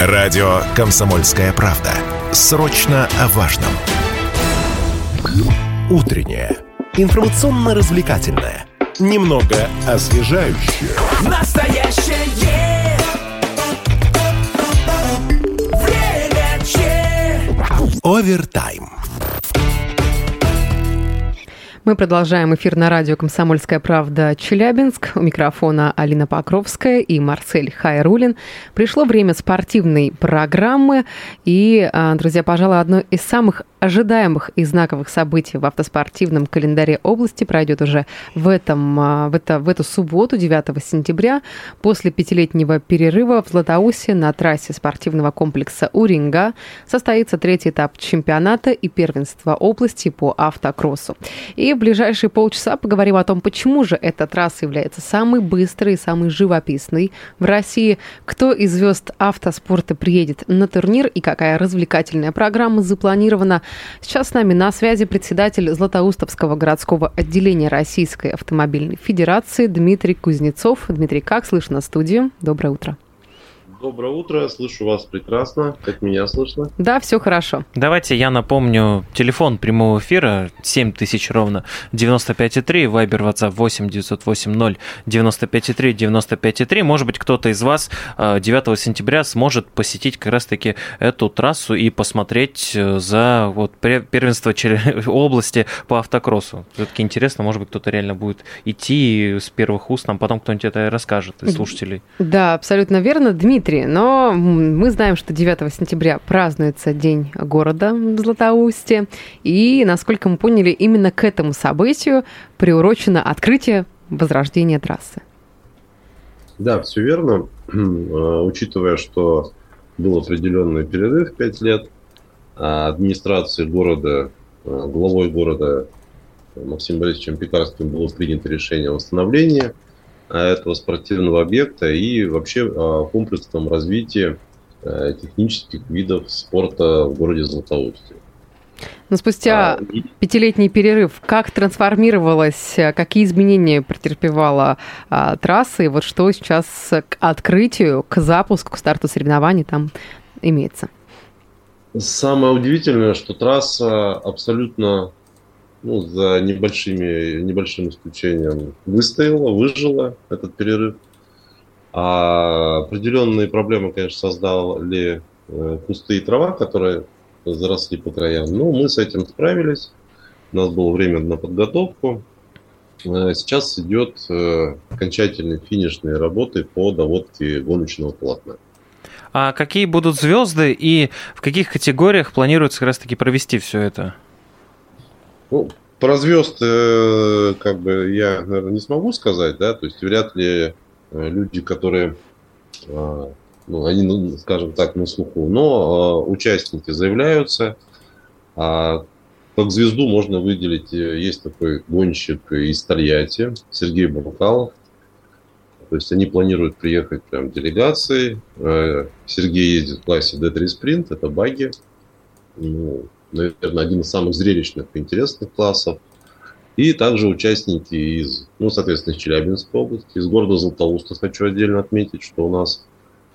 Радио «Комсомольская правда». Срочно о важном. Утреннее. Информационно-развлекательное. Немного освежающее. Настоящее время Овертайм. Мы продолжаем эфир на радио «Комсомольская правда» Челябинск. У микрофона Алина Покровская и Марсель Хайруллин. Пришло время спортивной программы. И, друзья, пожалуй, одно из самых ожидаемых и знаковых событий в автоспортивном календаре области пройдет уже в эту субботу, 9 сентября. После 5-летнего перерыва в Златоусте на трассе спортивного комплекса Уринга состоится 3-й этап чемпионата и первенства области по автокроссу. И в ближайшие полчаса поговорим о том, почему же эта трасса является самой быстрой и самой живописной в России, кто из звезд автоспорта приедет на турнир и какая развлекательная программа запланирована. Сейчас с нами на связи председатель Златоустовского городского отделения Российской автомобильной федерации Дмитрий Кузнецов. Дмитрий, как слышно студию? Доброе утро. Доброе утро, слышу вас прекрасно. Как меня слышно? Да, все хорошо. Давайте я напомню, телефон прямого эфира 7000 ровно 95,3, Вайбер, WhatsApp 8 908 95,3 95,3. Может быть, кто-то из вас 9 сентября сможет посетить как раз-таки эту трассу и посмотреть за первенство области по автокроссу. Все-таки интересно, может быть, кто-то реально будет идти с первых уст, нам потом кто-нибудь это расскажет из слушателей. Да, абсолютно верно, Дмитрий. Но мы знаем, что 9 сентября празднуется День города в Златоусте. И, насколько мы поняли, именно к этому событию приурочено открытие возрождения трассы. Да, все верно. Учитывая, что был определенный перерыв 5 лет, администрацией города, главой города Максимом Борисовичем Пекарским было принято решение о восстановлении этого спортивного объекта и вообще о комплексном развитии технических видов спорта в городе Златоусте. Но спустя 5-летний перерыв, как трансформировалась, какие изменения претерпевала трасса, и вот что сейчас к открытию, к запуску, к старту соревнований там имеется? Самое удивительное, что трасса абсолютно за небольшим исключением выжила этот перерыв. А определенные проблемы, конечно, создали кусты и трава, которые заросли по краям. Но мы с этим справились. У нас было время на подготовку. Сейчас идет окончательные финишные работы по доводке гоночного полотна. А какие будут звезды и в каких категориях планируется как раз-таки провести все это? Про звезд я, наверное, не смогу сказать, да, то есть вряд ли люди, которые, они, скажем так, на слуху, но участники заявляются. Как звезду можно выделить, есть такой гонщик из Тольятти, Сергей Буркалов. То есть они планируют приехать прям делегацией. Сергей ездит в классе D3 Sprint, это багги. Наверное, один из самых зрелищных и интересных классов. И также участники из, соответственно, из Челябинской области, из города Златоуста. Хочу отдельно отметить, что у нас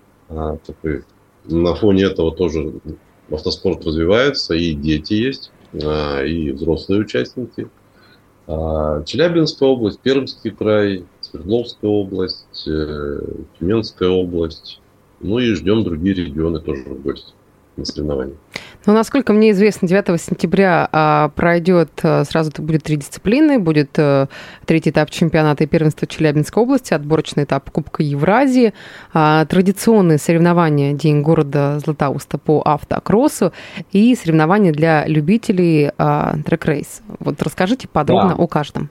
на фоне этого тоже автоспорт развивается, и дети есть, и взрослые участники. Челябинская область, Пермский край, Свердловская область, Тюменская область. И ждем другие регионы тоже в гости на соревнования. Насколько мне известно, 9 сентября пройдет, сразу будет 3 дисциплины. Будет 3-й этап чемпионата и первенства Челябинской области, отборочный этап Кубка Евразии, традиционные соревнования День города Златоуста по автокроссу и соревнования для любителей трек-рейс. Вот расскажите подробно о каждом.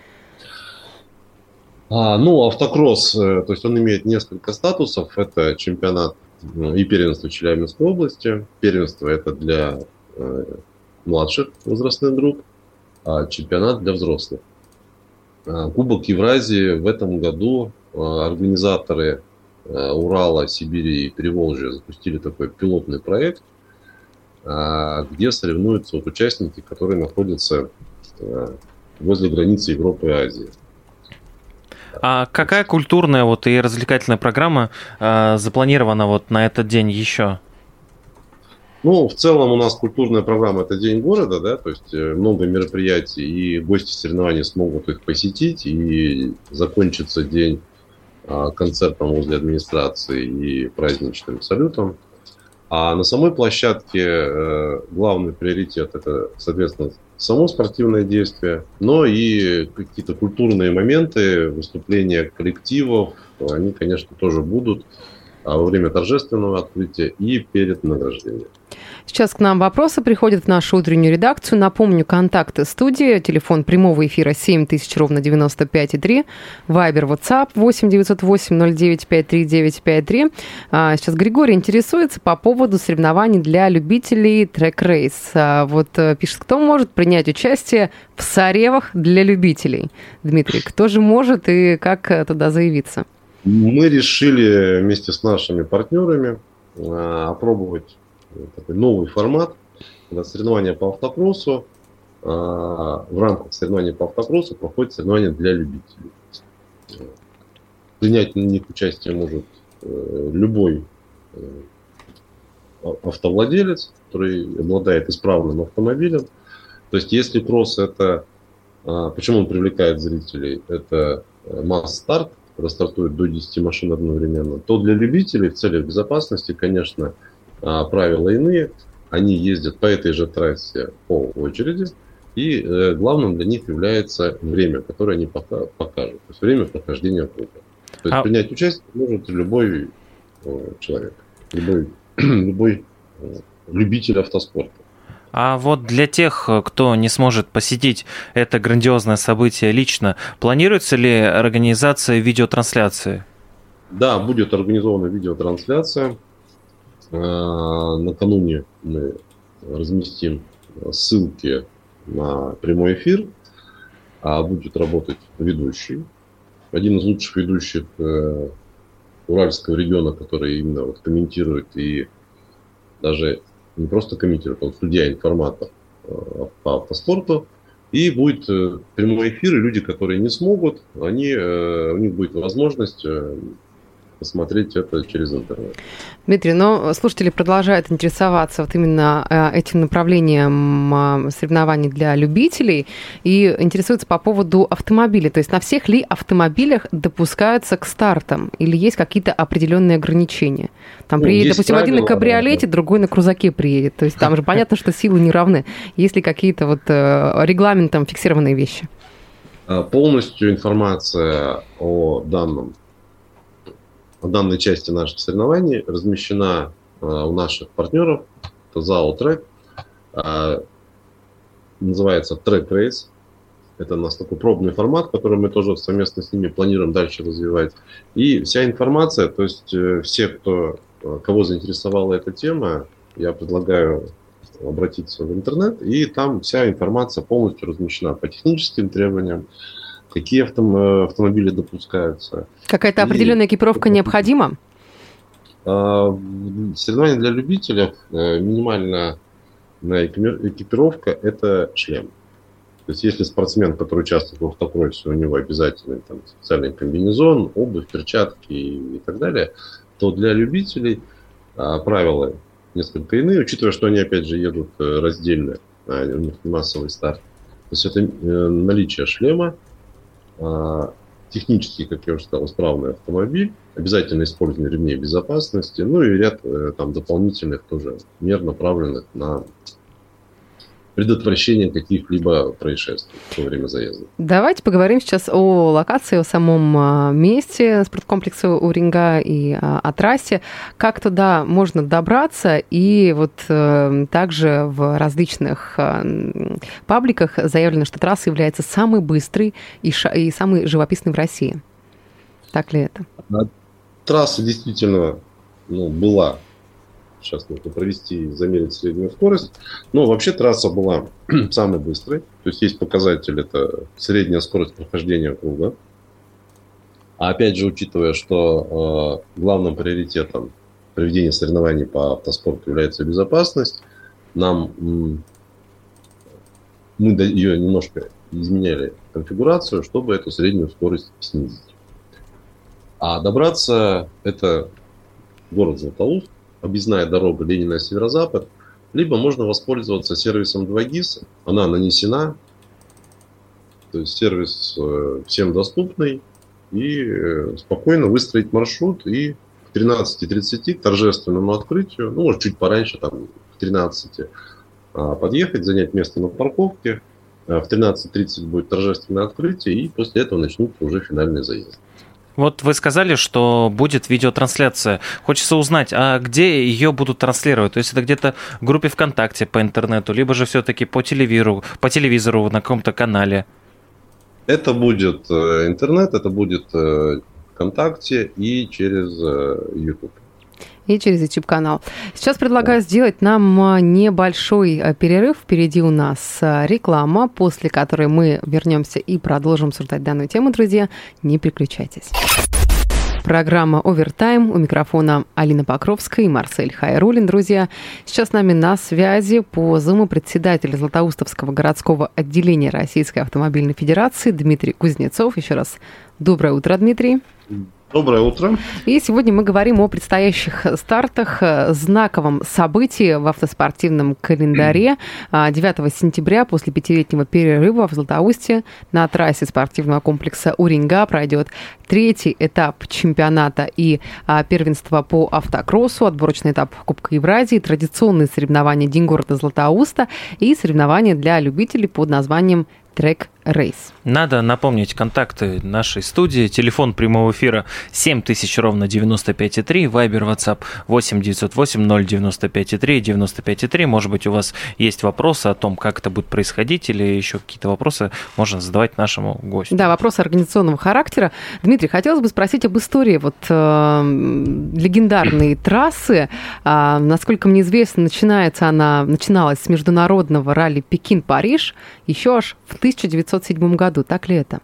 Автокросс, то есть он имеет несколько статусов. Это чемпионат и первенство Челябинской области. Первенство это для младших возрастных групп, а чемпионат для взрослых. Кубок Евразии в этом году организаторы Урала, Сибири и Приволжья запустили такой пилотный проект, где соревнуются участники, которые находятся возле границы Европы и Азии. А какая культурная и развлекательная программа запланирована на этот день еще? В целом у нас культурная программа – это День города, да, то есть много мероприятий, и гости соревнований смогут их посетить, и закончится день концертом возле администрации и праздничным салютом. А на самой площадке главный приоритет – это, соответственно, само спортивное действие, но и какие-то культурные моменты, выступления коллективов, они, конечно, тоже будут во время торжественного открытия и перед награждением. Сейчас к нам вопросы приходят в нашу утреннюю редакцию. Напомню, контакты студии. Телефон прямого эфира 7000 ровно 95,3. Вайбер, WhatsApp 8 908 09 53 953. Сейчас Григорий интересуется по поводу соревнований для любителей трек-рейс. Пишет, кто может принять участие в соревах для любителей? Дмитрий, кто же может и как туда заявиться? Мы решили вместе с нашими партнерами опробовать такой новый формат. Это соревнования по автокроссу. В рамках соревнований по автокроссу проходят соревнования для любителей. Принять на них участие может любой автовладелец, который обладает исправным автомобилем. То есть, если кросс это... Почему он привлекает зрителей? Это масс-старт, когда стартует до 10 машин одновременно. То для любителей в целях безопасности, конечно, правила иные. Они ездят по этой же трассе по очереди. И главным для них является время, которое они покажут. То есть время прохождения круга. То есть принять участие может любой человек. Любой любитель автоспорта. А для тех, кто не сможет посетить это грандиозное событие лично, планируется ли организация видеотрансляции? Да, будет организована видеотрансляция. Накануне мы разместим ссылки на прямой эфир, будет работать ведущий. Один из лучших ведущих Уральского региона, который именно комментирует и даже не просто комментирует, он судья-информатор по автоспорту. И будет прямой эфир, и люди, которые не смогут, у них будет возможность посмотреть это через интернет. Дмитрий, но слушатели продолжают интересоваться именно этим направлением соревнований для любителей и интересуются по поводу автомобилей. То есть на всех ли автомобилях допускаются к стартам или есть какие-то определенные ограничения? Там приедет, допустим, правила, один на кабриолете, другой на крузаке приедет. То есть там же понятно, что силы не равны. Есть ли какие-то регламентом фиксированные вещи? Полностью информация о данной части наших соревнований размещена у наших партнеров. Это ЗАО «Трек». Называется «Трек Рейс». Это у нас такой пробный формат, который мы тоже совместно с ними планируем дальше развивать. И вся информация, то есть все, кого заинтересовала эта тема, я предлагаю обратиться в интернет, и там вся информация полностью размещена по техническим требованиям, какие автомобили допускаются. Какая-то определенная экипировка необходима? Соревнования для любителей минимальная экипировка – это шлем. То есть если спортсмен, который участвует в автокроссе, у него обязательно специальный комбинезон, обувь, перчатки и так далее, то для любителей правила несколько иные, учитывая, что они опять же едут раздельно, у них массовый старт. То есть это наличие шлема, технически, как я уже сказал, исправный автомобиль, обязательно использование ремней безопасности, и ряд дополнительных тоже мер, направленных на предотвращение каких-либо происшествий во время заезда. Давайте поговорим сейчас о локации, о самом месте спорткомплекса Уренга и о трассе. Как туда можно добраться? И также в различных пабликах заявлено, что трасса является самой быстрой и самой живописной в России. Так ли это? Трасса действительно была. Сейчас нужно провести и замерить среднюю скорость. Но вообще трасса была самой быстрой. То есть показатель, это средняя скорость прохождения круга. А опять же, учитывая, что главным приоритетом проведения соревнований по автоспорту является безопасность, мы ее немножко изменяли конфигурацию, чтобы эту среднюю скорость снизить. А добраться это город Златоуст, объездная дорога Ленина северо-запад, либо можно воспользоваться сервисом 2GIS. Она нанесена, то есть сервис всем доступный, и спокойно выстроить маршрут и к 13:30 к торжественному открытию, ну, может, чуть пораньше, там, к 13, подъехать, занять место на парковке. В 13:30 будет торжественное открытие, и после этого начнутся уже финальный заезд. Вот вы сказали, что будет видеотрансляция. Хочется узнать, а где ее будут транслировать? То есть это где-то в группе ВКонтакте по интернету, либо же все-таки по телевизору на каком-то канале? Это будет интернет, это будет ВКонтакте и через YouTube. И через YouTube-канал. Сейчас предлагаю сделать нам небольшой перерыв. Впереди у нас реклама, после которой мы вернемся и продолжим обсуждать данную тему, друзья. Не переключайтесь. Программа «Овертайм». У микрофона Алина Покровская и Марсель Хайрулин. Друзья, сейчас с нами на связи по Zoom председатель Златоустовского городского отделения Российской автомобильной федерации Дмитрий Кузнецов. Еще раз доброе утро, Дмитрий. Доброе утро. И сегодня мы говорим о предстоящих стартах, знаковом событии в автоспортивном календаре. 9 сентября после 5-летнего перерыва в Златоусте на трассе спортивного комплекса Уренга пройдет 3-й этап чемпионата и первенства по автокроссу, отборочный этап Кубка Евразии, традиционные соревнования День города Златоуста и соревнования для любителей под названием Трек Рейс. Надо напомнить контакты нашей студии. Телефон прямого эфира 7000 ровно 95,3. Вайбер, WhatsApp 8 908 095,3 95,3. Может быть, у вас есть вопросы о том, как это будет происходить, или еще какие-то вопросы можно задавать нашему гостю. Да, вопросы организационного характера. Дмитрий, хотелось бы спросить об истории легендарной трассы. Насколько мне известно, начиналась с международного ралли Пекин-Париж еще аж в 1907 году. Так ли это?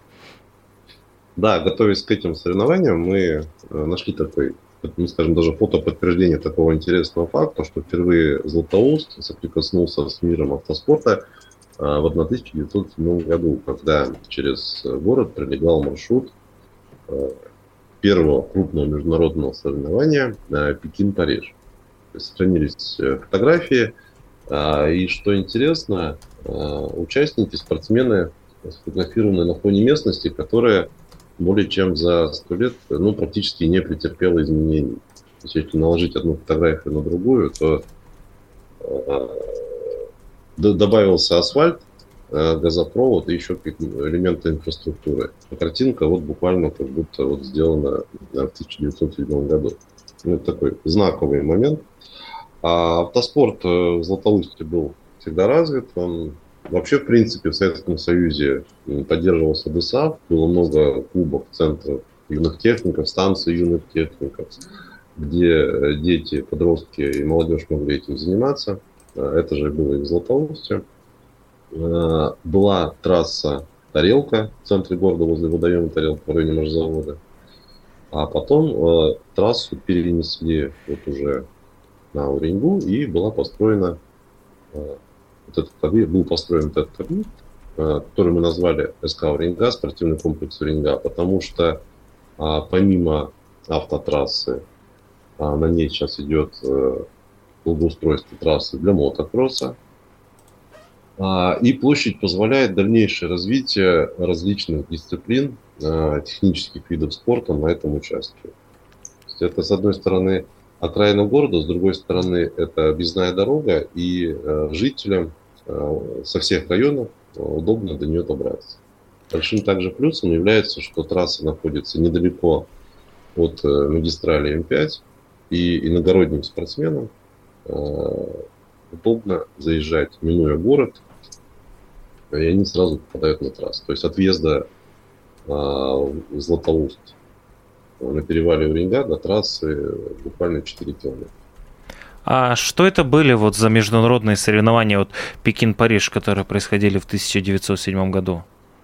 Да, готовясь к этим соревнованиям, мы нашли такой, скажем, даже фотоподтверждение такого интересного факта, что впервые Златоуст соприкоснулся с миром автоспорта в 1907 году, когда через город пролегал маршрут первого крупного международного соревнования Пекин-Париж. Сохранились фотографии, и что интересно, участники, спортсмены сфотографированы на фоне местности, которая более чем за 100 лет практически не претерпела изменений. То есть, если наложить одну фотографию на другую, то добавился асфальт, газопровод и еще какие-то элементы инфраструктуры. А картинка буквально как будто сделана в 1907 году. Это такой знаковый момент. А автоспорт в Златоусте был всегда развит. Он вообще, в принципе, в Советском Союзе поддерживался ДСАФ. Было много клубов, центров юных техников, станций юных техников, где дети, подростки и молодежь могли этим заниматься. Это же было и в Златоусте. Была трасса Тарелка в центре города, возле водоема Тарелка, в районе машзавода. А потом трассу перенесли уже на Уренгу, и была построена был построен этот объект, который мы назвали СК Уренга, спортивный комплекс Уренга, потому что помимо автотрассы на ней сейчас идет благоустройство трассы для мотокросса, и площадь позволяет дальнейшее развитие различных дисциплин, технических видов спорта на этом участке. Это, с одной стороны, окраина города, с другой стороны, это объездная дорога, и жителям со всех районов удобно до нее добраться. Большим также плюсом является, что трасса находится недалеко от магистрали М5, и иногородним спортсменам удобно заезжать, минуя город, и они сразу попадают на трассу. То есть от въезда в Златоуст на перевале Уренга до трассы буквально 4 километра. А что это были за международные соревнования Пекин-Париж, которые происходили в 1907 году?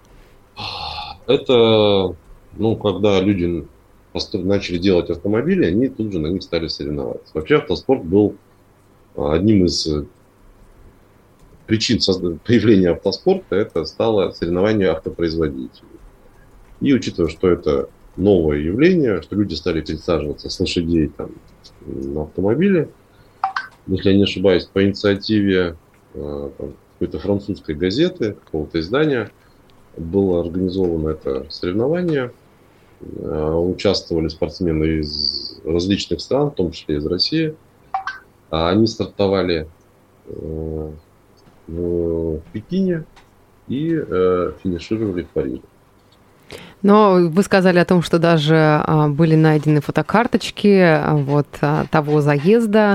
Это, когда люди начали делать автомобили, они тут же на них стали соревноваться. Вообще автоспорт был одним из причин появления автоспорта, это стало соревнование автопроизводителей. И учитывая, что это новое явление, что люди стали пересаживаться с лошадей там, на автомобили. Если я не ошибаюсь, по инициативе какой-то французской газеты, какого-то издания, было организовано это соревнование. Участвовали спортсмены из различных стран, в том числе из России. Они стартовали в Пекине и финишировали в Париже. Но вы сказали о том, что даже были найдены фотокарточки того заезда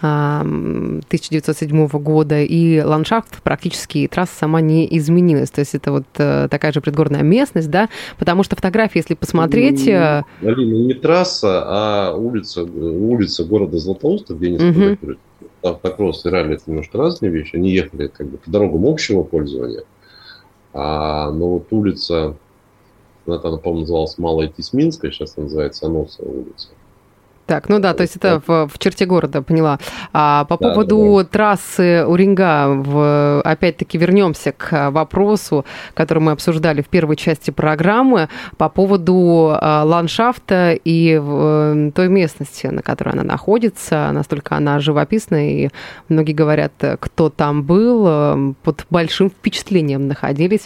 1907 года, и ландшафт практически, трасса сама не изменилась. То есть это вот такая же предгорная местность, да? Потому что фотографии, если посмотреть... Алина, не трасса, а улица города Златоуста, где они сфотографируют. Автокросс и ралли — это немножко разные вещи. Они ехали как бы по дорогам общего пользования. Но вот улица... Она, по-моему, называлась Малая Тисминская, сейчас она называется Аносова улица. Так, ну да, то есть это в черте города, поняла. По поводу трассы Уренга, опять-таки вернемся к вопросу, который мы обсуждали в первой части программы, по поводу ландшафта и той местности, на которой она находится, настолько она живописна, и многие говорят, кто там был, под большим впечатлением находились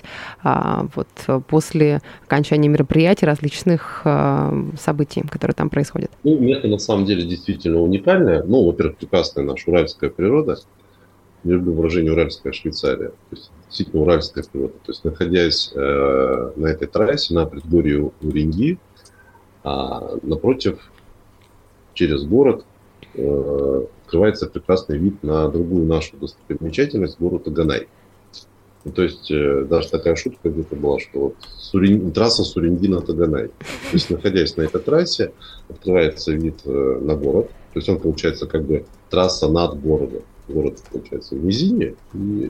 после окончания мероприятий, различных событий, которые там происходят. Место на самом деле действительно уникальное. Во-первых, прекрасная наша уральская природа. Я люблю выражение «уральская Швейцария». То есть, действительно уральская природа. То есть, находясь на этой трассе, на предгорье Уренги, напротив, через город, открывается прекрасный вид на другую нашу достопримечательность, город Таганай. То есть, даже такая шутка где-то была, что трасса с Уренги на Таганай. То есть, находясь на этой трассе, открывается вид на город. То есть, он получается как бы трасса над городом. Город получается в низине, и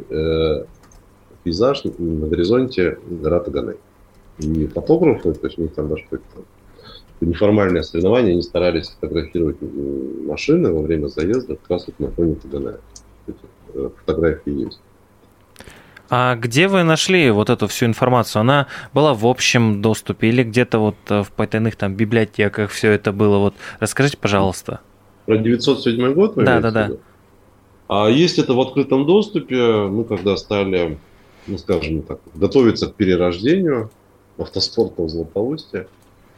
пейзаж на горизонте гора Таганай. И фотографы, то есть, у них там даже какое-то неформальное соревнование, они старались фотографировать машины во время заезда как раз вот на фоне Таганая. Фотографии есть. А где вы нашли вот эту всю информацию? Она была в общем доступе или где-то вот в потайных там библиотеках все это было? Вот расскажите, пожалуйста. Про 907 год? Да. А есть это в открытом доступе. Мы когда стали, скажем так, готовиться к перерождению автоспорта в Златоусте,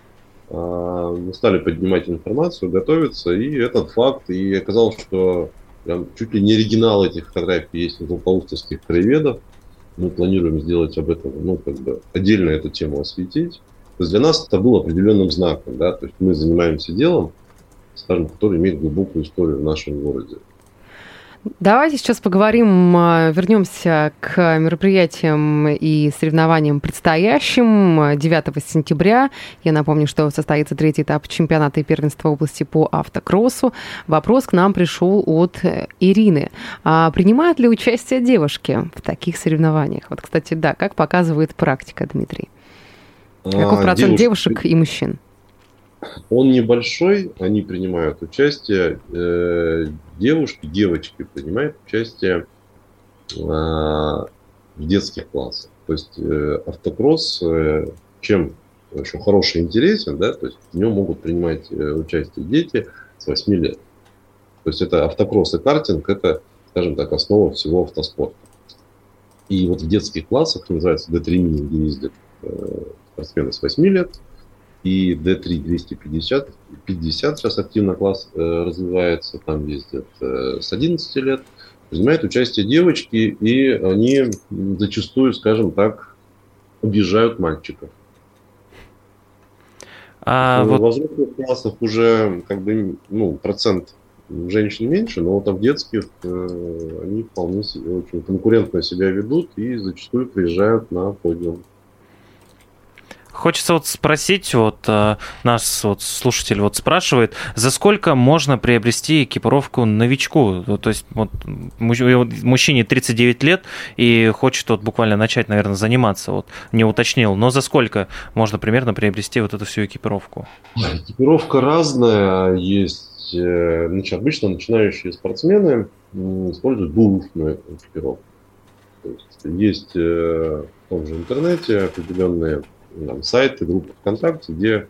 мы стали поднимать информацию, готовиться, и этот факт, и оказалось, что прям чуть ли не оригинал этих фотографий есть у златоустовских краеведов. Мы планируем сделать об этом, отдельно эту тему осветить. То есть для нас это было определенным знаком, да, то есть мы занимаемся делом, скажем, который имеет глубокую историю в нашем городе. Давайте сейчас поговорим, вернемся к мероприятиям и соревнованиям предстоящим. 9 сентября, я напомню, что состоится третий этап чемпионата и первенства области по автокроссу. Вопрос к нам пришел от Ирины. Принимают ли участие девушки в таких соревнованиях? Вот, кстати, да, как показывает практика, Дмитрий? Какой процент девушек и мужчин? Он небольшой, они принимают участие, девочки принимают участие в детских классах. То есть автокросс, чем еще хороший и интересен, да, то есть в нем могут принимать участие дети с 8 лет. То есть это автокросс и картинг, это, скажем так, основа всего автоспорта. И вот в детских классах, называется D3 мини, где ездят спортсмены с 8 лет, и D3 250, 50 сейчас активно класс развивается, там ездят с 11 лет. Принимают участие девочки, и они зачастую, скажем так, обижают мальчиков. В возрастных классах уже процент женщин меньше, но там в детских они вполне очень конкурентно себя ведут и зачастую приезжают на подиум. Хочется спросить, нас слушатель спрашивает, за сколько можно приобрести экипировку новичку? То есть мужчине 39 лет и хочет буквально начать, наверное, заниматься, не уточнил, но за сколько можно примерно приобрести эту всю экипировку? Экипировка разная, есть, обычно начинающие спортсмены используют двухручную экипировку. То есть в том же интернете определенные сайты, группы ВКонтакте, где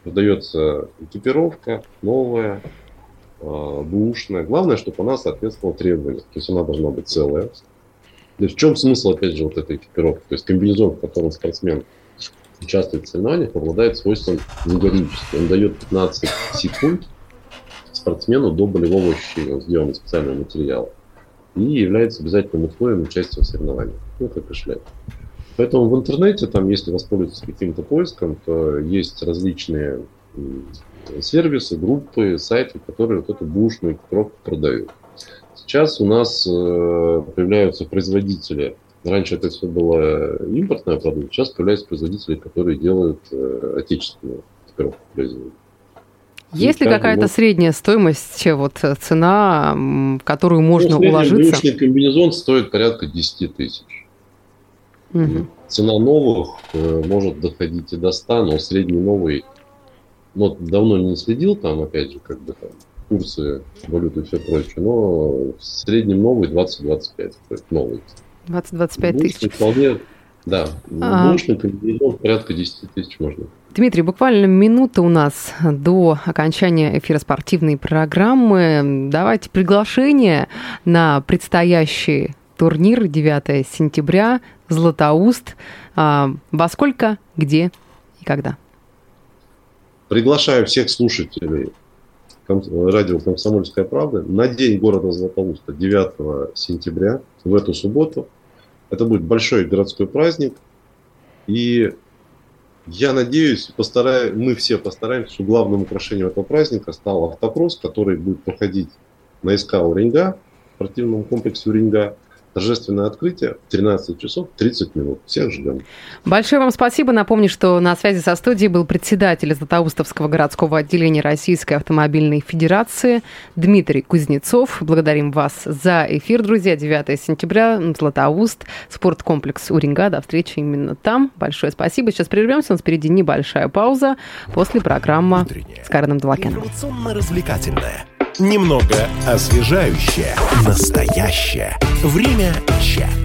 Продается экипировка новая, бэушная. Главное, чтобы она соответствовала требованиям. То есть она должна быть целая. То есть в чем смысл, опять же, вот этой экипировки? То есть комбинезон, в котором спортсмен участвует в соревнованиях, обладает свойством негорючести. Он дает 15 секунд спортсмену до болевого ощущения. Он сделан из специального материала. И является обязательным условием участия в соревнованиях. Ну, как и шлем. Поэтому в интернете, там, если воспользоваться каким-то поиском, то есть различные сервисы, группы, сайты, которые вот эту бэушную экипировку продают. Сейчас у нас появляются производители. Раньше это все было импортная продукция, сейчас появляются производители, которые делают отечественную экипировку производителя. Есть ли какая-то средняя стоимость, вот цена, в которую можно уложиться? Бэушный комбинезон стоит порядка 10 тысяч. Угу. Цена новых может доходить и до 100, но средний новый, вот давно не следил, там опять же, как бы там курсы валюты и все прочее, но в среднем новый 20-25, то есть новый. 20-25 тысяч. Вполне, да, бэушный комбинезон порядка 10 тысяч можно. Дмитрий, буквально минута у нас до окончания эфира спортивной программы. Давайте приглашение на предстоящий турнир 9 сентября, Златоуст. Во сколько, где и когда? Приглашаю всех слушателей радио «Комсомольская правда» на день города Златоуста 9 сентября, в эту субботу. Это будет большой городской праздник. И я надеюсь, мы все постараемся, что главным украшением этого праздника стал автокросс, который будет проходить на СК «Уренга», в спортивном комплексе «Уренга». Торжественное открытие в 13 часов 30 минут. Всех ждем. Большое вам спасибо. Напомню, что на связи со студией был председатель Златоустовского городского отделения Российской автомобильной федерации Дмитрий Кузнецов. Благодарим вас за эфир, друзья. 9 сентября, Златоуст, спорткомплекс «Уренга». До встречи именно там. Большое спасибо. Сейчас прервемся. У нас впереди небольшая пауза. После программа с Кареном Двакеном. Информационно-развлекательная. Немного освежающее. Настоящее. Время чат.